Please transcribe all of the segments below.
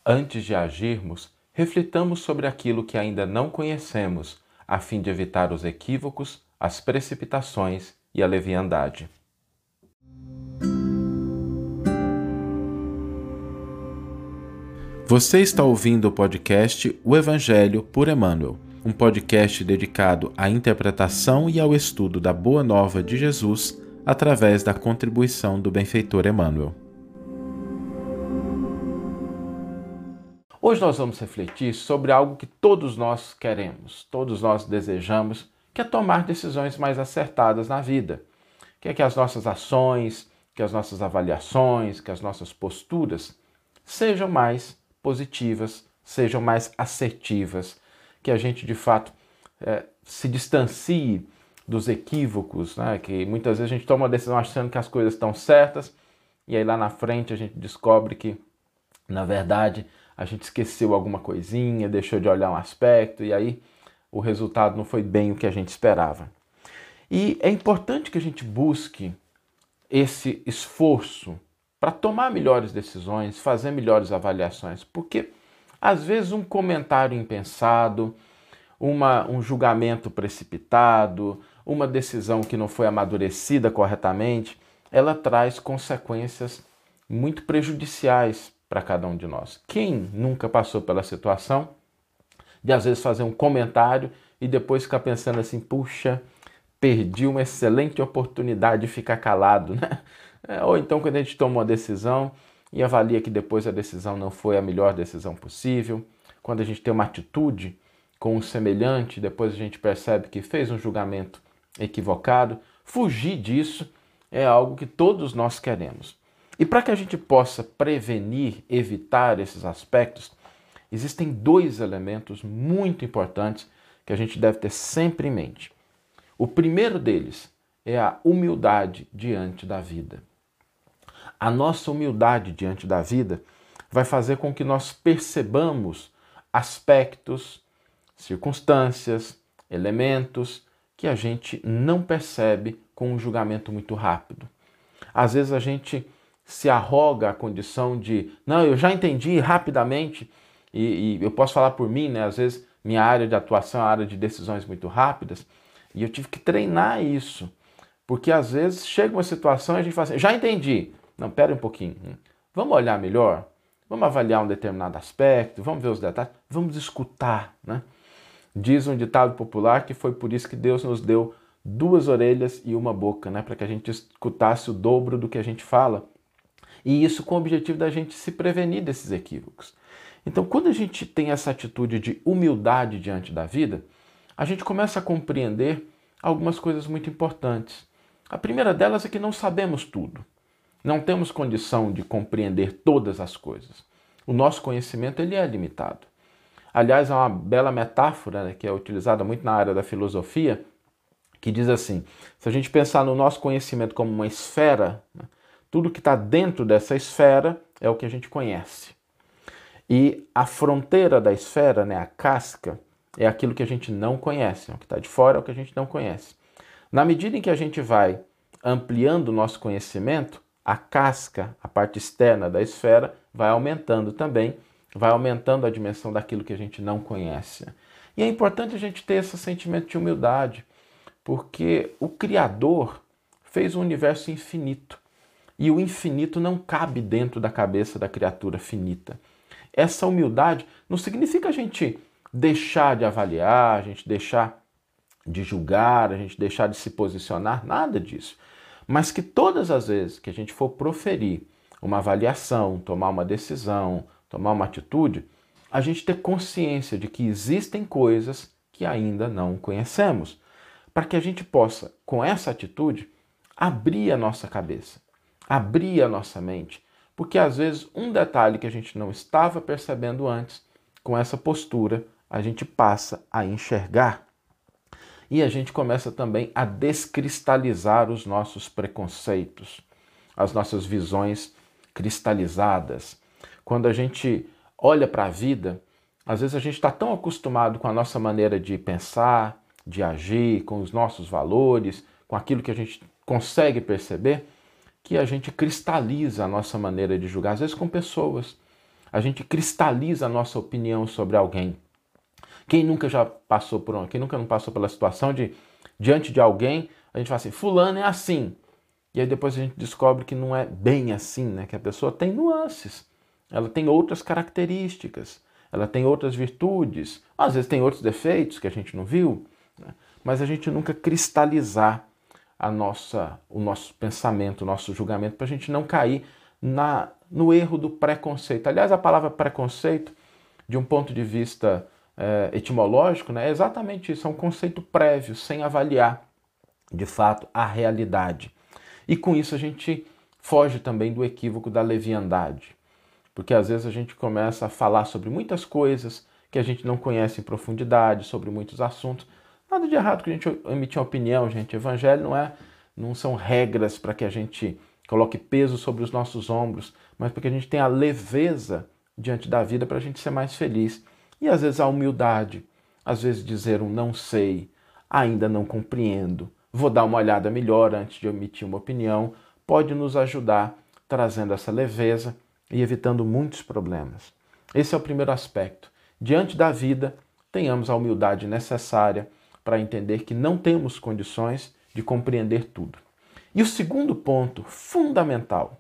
Antes de agirmos, reflitamos sobre aquilo que ainda não conhecemos, a fim de evitar os equívocos, as precipitações e a leviandade. Você está ouvindo o podcast O Evangelho por Emmanuel, um podcast dedicado à interpretação e ao estudo da Boa Nova de Jesus através da contribuição do benfeitor Emmanuel. Hoje nós vamos refletir sobre algo que todos nós queremos, todos nós desejamos, que é tomar decisões mais acertadas na vida. Que é que as nossas ações, que as nossas avaliações, que as nossas posturas sejam mais positivas, sejam mais assertivas, que a gente de fato se distancie dos equívocos, né? Que muitas vezes a gente toma uma decisão achando que as coisas estão certas e aí lá na frente a gente descobre que, na verdade, a gente esqueceu alguma coisinha, deixou de olhar um aspecto e aí o resultado não foi bem o que a gente esperava. E é importante que a gente busque esse esforço para tomar melhores decisões, fazer melhores avaliações, porque às vezes um comentário impensado, um julgamento precipitado, uma decisão que não foi amadurecida corretamente, ela traz consequências muito prejudiciais para cada um de nós. Quem nunca passou pela situação de às vezes fazer um comentário e depois ficar pensando assim, puxa, perdi uma excelente oportunidade de ficar calado, né? Ou então quando a gente toma uma decisão e avalia que depois a decisão não foi a melhor decisão possível, quando a gente tem uma atitude com um semelhante, depois a gente percebe que fez um julgamento equivocado, fugir disso é algo que todos nós queremos. E para que a gente possa prevenir, evitar esses aspectos, existem dois elementos muito importantes que a gente deve ter sempre em mente. O primeiro deles é a humildade diante da vida. A nossa humildade diante da vida vai fazer com que nós percebamos aspectos, circunstâncias, elementos que a gente não percebe com um julgamento muito rápido. Às vezes a gente se arroga a condição de, não, eu já entendi rapidamente, e eu posso falar por mim, né? Às vezes minha área de atuação é a área de decisões muito rápidas, e eu tive que treinar isso, porque às vezes chega uma situação e a gente fala assim, já entendi. Não, pera um pouquinho, vamos olhar melhor, vamos avaliar um determinado aspecto, vamos ver os detalhes, vamos escutar, né? Diz um ditado popular que foi por isso que Deus nos deu duas orelhas e uma boca, né? Para que a gente escutasse o dobro do que a gente fala. E isso com o objetivo da gente se prevenir desses equívocos. Então, quando a gente tem essa atitude de humildade diante da vida, a gente começa a compreender algumas coisas muito importantes. A primeira delas é que não sabemos tudo. Não temos condição de compreender todas as coisas. O nosso conhecimento ele é limitado. Aliás, há uma bela metáfora, né, que é utilizada muito na área da filosofia, que diz assim, se a gente pensar no nosso conhecimento como uma esfera, né, tudo que está dentro dessa esfera é o que a gente conhece. E a fronteira da esfera, né, a casca, é aquilo que a gente não conhece. O que está de fora é o que a gente não conhece. Na medida em que a gente vai ampliando o nosso conhecimento, a casca, a parte externa da esfera, vai aumentando também, vai aumentando a dimensão daquilo que a gente não conhece. E é importante a gente ter esse sentimento de humildade, porque o Criador fez um universo infinito. E o infinito não cabe dentro da cabeça da criatura finita. Essa humildade não significa a gente deixar de avaliar, a gente deixar de julgar, a gente deixar de se posicionar, nada disso. Mas que todas as vezes que a gente for proferir uma avaliação, tomar uma decisão, tomar uma atitude, a gente ter consciência de que existem coisas que ainda não conhecemos, para que a gente possa, com essa atitude, abrir a nossa cabeça, abrir a nossa mente, porque às vezes um detalhe que a gente não estava percebendo antes, com essa postura, a gente passa a enxergar. E a gente começa também a descristalizar os nossos preconceitos, as nossas visões cristalizadas. Quando a gente olha para a vida, às vezes a gente está tão acostumado com a nossa maneira de pensar, de agir, com os nossos valores, com aquilo que a gente consegue perceber, que a gente cristaliza a nossa maneira de julgar, às vezes com pessoas. a gente cristaliza a nossa opinião sobre alguém. Quem nunca já passou quem nunca não passou pela situação de, diante de alguém, a gente fala assim, fulano é assim. E aí depois a gente descobre que não é bem assim, né? Que a pessoa tem nuances, ela tem outras características, ela tem outras virtudes, às vezes tem outros defeitos que a gente não viu, né? Mas a gente nunca cristalizar o nosso pensamento, o nosso julgamento, para a gente não cair no erro do preconceito. Aliás, a palavra preconceito, de um ponto de vista etimológico, né, é exatamente isso, é um conceito prévio, sem avaliar, de fato, a realidade. E com isso a gente foge também do equívoco da leviandade, porque às vezes a gente começa a falar sobre muitas coisas que a gente não conhece em profundidade, sobre muitos assuntos. Nada de errado que a gente emitir uma opinião, gente. Evangelho não são regras para que a gente coloque peso sobre os nossos ombros, mas para que a gente tenha a leveza diante da vida para a gente ser mais feliz. E às vezes a humildade, às vezes dizer um não sei, ainda não compreendo, vou dar uma olhada melhor antes de emitir uma opinião, pode nos ajudar trazendo essa leveza e evitando muitos problemas. Esse é o primeiro aspecto. Diante da vida, tenhamos a humildade necessária para entender que não temos condições de compreender tudo. E o segundo ponto fundamental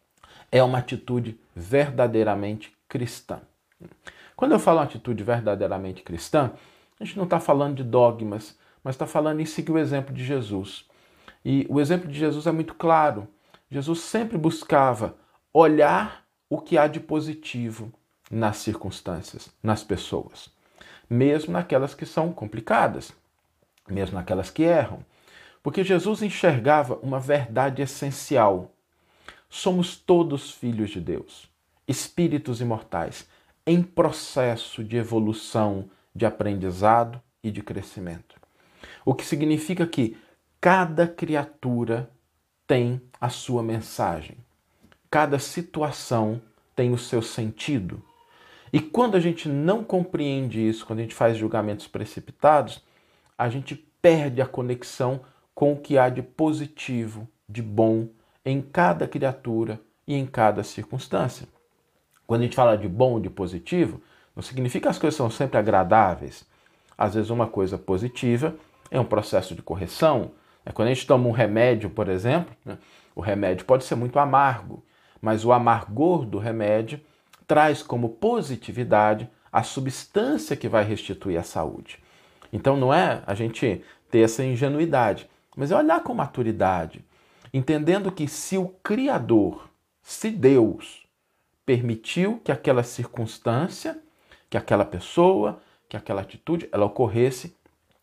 é uma atitude verdadeiramente cristã. Quando eu falo uma atitude verdadeiramente cristã, a gente não está falando de dogmas, mas está falando em seguir o exemplo de Jesus. E o exemplo de Jesus é muito claro. Jesus sempre buscava olhar o que há de positivo nas circunstâncias, nas pessoas, mesmo naquelas que são complicadas, mesmo naquelas que erram. Porque Jesus enxergava uma verdade essencial. Somos todos filhos de Deus, espíritos imortais, em processo de evolução, de aprendizado e de crescimento. O que significa que cada criatura tem a sua mensagem. Cada situação tem o seu sentido. E quando a gente não compreende isso, quando a gente faz julgamentos precipitados, a gente perde a conexão com o que há de positivo, de bom em cada criatura e em cada circunstância. Quando a gente fala de bom, de positivo, não significa que as coisas são sempre agradáveis. Às vezes uma coisa positiva é um processo de correção. Quando a gente toma um remédio, por exemplo, o remédio pode ser muito amargo, mas o amargor do remédio traz como positividade a substância que vai restituir a saúde. Então não é a gente ter essa ingenuidade, mas é olhar com maturidade, entendendo que se o Criador, se Deus, permitiu que aquela circunstância, que aquela pessoa, que aquela atitude, ela ocorresse,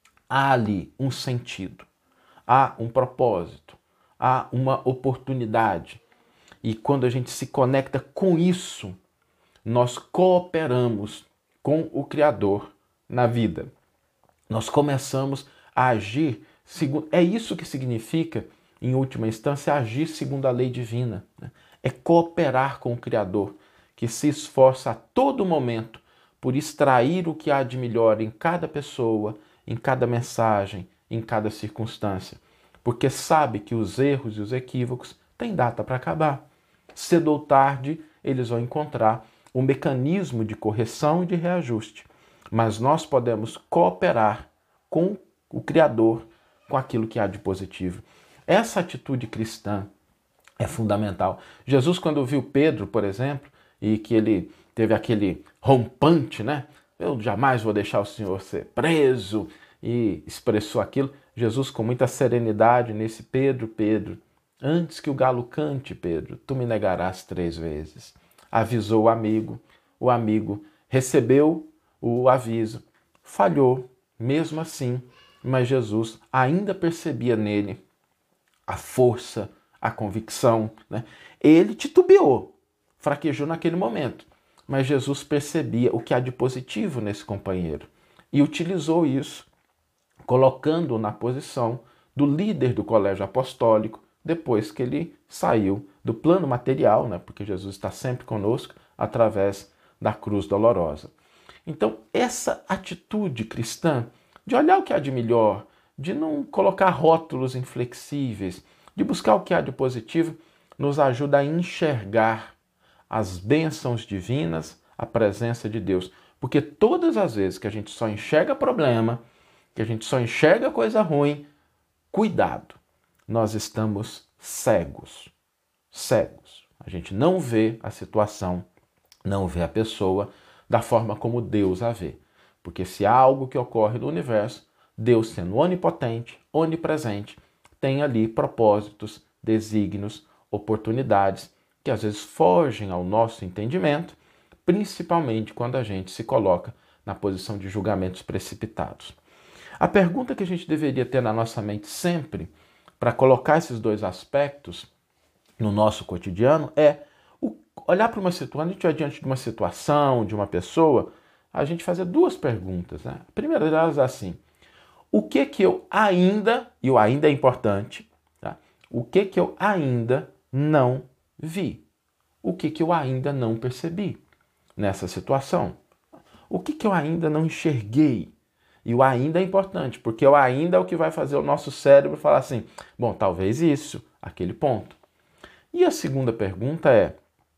há ali um sentido, há um propósito, há uma oportunidade. E quando a gente se conecta com isso, nós cooperamos com o Criador na vida. Nós começamos a agir segundo. É isso que significa, em última instância, agir segundo a lei divina. É cooperar com o Criador, que se esforça a todo momento por extrair o que há de melhor em cada pessoa, em cada mensagem, em cada circunstância. Porque sabe que os erros e os equívocos têm data para acabar. Cedo ou tarde, eles vão encontrar um mecanismo de correção e de reajuste. Mas nós podemos cooperar com o Criador, com aquilo que há de positivo. Essa atitude cristã é fundamental. Jesus, quando viu Pedro, por exemplo, e que ele teve aquele rompante, né? Eu jamais vou deixar o Senhor ser preso, e expressou aquilo. Jesus, com muita serenidade, nesse Pedro, antes que o galo cante, Pedro, tu me negarás 3 vezes. Avisou o amigo recebeu o aviso, falhou, mesmo assim, mas Jesus ainda percebia nele a força, a convicção, né? Ele titubeou, fraquejou naquele momento, mas Jesus percebia o que há de positivo nesse companheiro e utilizou isso, colocando-o na posição do líder do colégio apostólico, depois que ele saiu do plano material, né? Porque Jesus está sempre conosco através da cruz dolorosa. Então, essa atitude cristã de olhar o que há de melhor, de não colocar rótulos inflexíveis, de buscar o que há de positivo, nos ajuda a enxergar as bênçãos divinas, a presença de Deus. Porque todas as vezes que a gente só enxerga problema, que a gente só enxerga coisa ruim, cuidado, nós estamos cegos. Cegos. A gente não vê a situação, não vê a pessoa da forma como Deus a vê. Porque se há algo que ocorre no universo, Deus, sendo onipotente, onipresente, tem ali propósitos, desígnios, oportunidades que às vezes fogem ao nosso entendimento, principalmente quando a gente se coloca na posição de julgamentos precipitados. A pergunta que a gente deveria ter na nossa mente sempre, para colocar esses dois aspectos no nosso cotidiano, é olhar para uma situação, quando a gente estiver diante de uma situação, de uma pessoa, a gente fazer duas perguntas. Né? A primeira delas é assim: o que eu ainda, e o ainda é importante, tá? O que eu ainda não vi? O que eu ainda não percebi nessa situação? O que eu ainda não enxerguei? E o ainda é importante, porque o ainda é o que vai fazer o nosso cérebro falar assim, bom, talvez isso, aquele ponto. E a segunda pergunta é,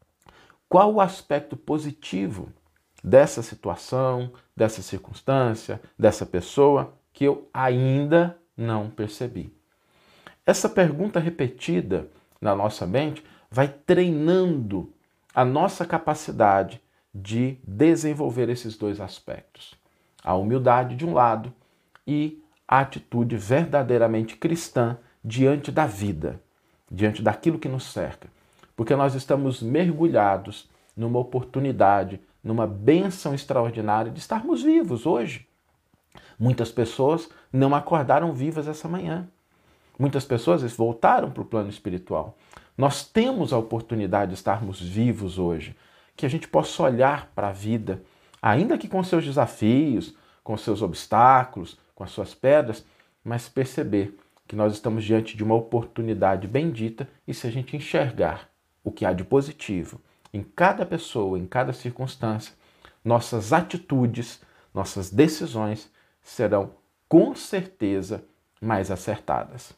qual o aspecto positivo dessa situação, dessa circunstância, dessa pessoa que eu ainda não percebi? Essa pergunta repetida na nossa mente vai treinando a nossa capacidade de desenvolver esses dois aspectos. A humildade de um lado e a atitude verdadeiramente cristã diante da vida, diante daquilo que nos cerca. Porque nós estamos mergulhados numa oportunidade, numa bênção extraordinária de estarmos vivos hoje. Muitas pessoas não acordaram vivas essa manhã. Muitas pessoas voltaram para o plano espiritual. Nós temos a oportunidade de estarmos vivos hoje, que a gente possa olhar para a vida, ainda que com seus desafios, com seus obstáculos, com as suas pedras, mas perceber que nós estamos diante de uma oportunidade bendita e se a gente enxergar o que há de positivo em cada pessoa, em cada circunstância, nossas atitudes, nossas decisões serão com certeza mais acertadas.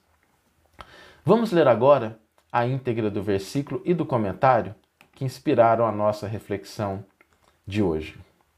Vamos ler agora a íntegra do versículo e do comentário que inspiraram a nossa reflexão de hoje.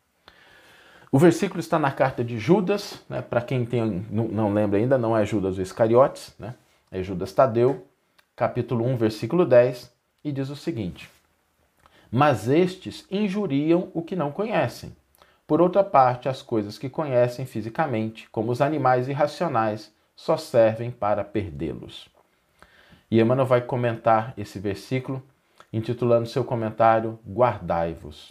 O versículo está na carta de Judas, né? Para quem não lembra ainda, não é Judas o Iscariotes, né? É Judas Tadeu, capítulo 1, versículo 10, e diz o seguinte: mas estes injuriam o que não conhecem. Por outra parte, as coisas que conhecem fisicamente, como os animais irracionais, só servem para perdê-los. E Emmanuel vai comentar esse versículo, intitulando seu comentário Guardai-vos.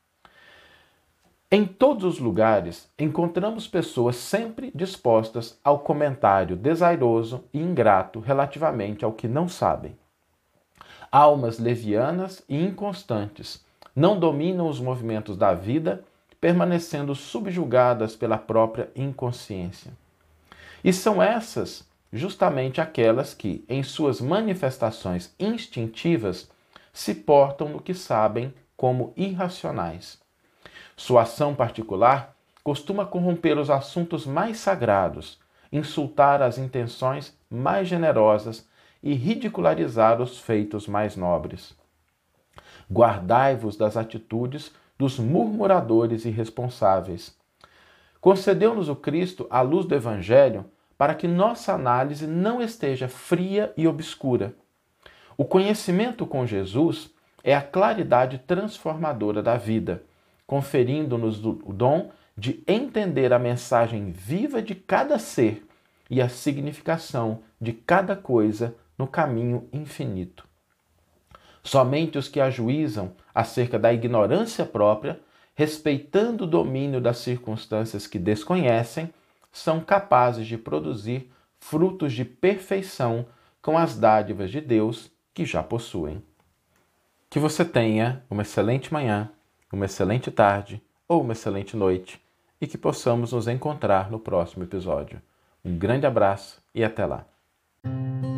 Em todos os lugares, encontramos pessoas sempre dispostas ao comentário desairoso e ingrato relativamente ao que não sabem. Almas levianas e inconstantes não dominam os movimentos da vida, permanecendo subjugadas pela própria inconsciência. E são essas justamente aquelas que, em suas manifestações instintivas, se portam no que sabem como irracionais. Sua ação particular costuma corromper os assuntos mais sagrados, insultar as intenções mais generosas e ridicularizar os feitos mais nobres. Guardai-vos das atitudes dos murmuradores irresponsáveis. Concedeu-nos o Cristo a luz do Evangelho para que nossa análise não esteja fria e obscura. O conhecimento com Jesus é a claridade transformadora da vida, conferindo-nos o dom de entender a mensagem viva de cada ser e a significação de cada coisa no caminho infinito. Somente os que ajuizam acerca da ignorância própria, respeitando o domínio das circunstâncias que desconhecem, são capazes de produzir frutos de perfeição com as dádivas de Deus que já possuem. Que você tenha uma excelente manhã, uma excelente tarde ou uma excelente noite e que possamos nos encontrar no próximo episódio. Um grande abraço e até lá!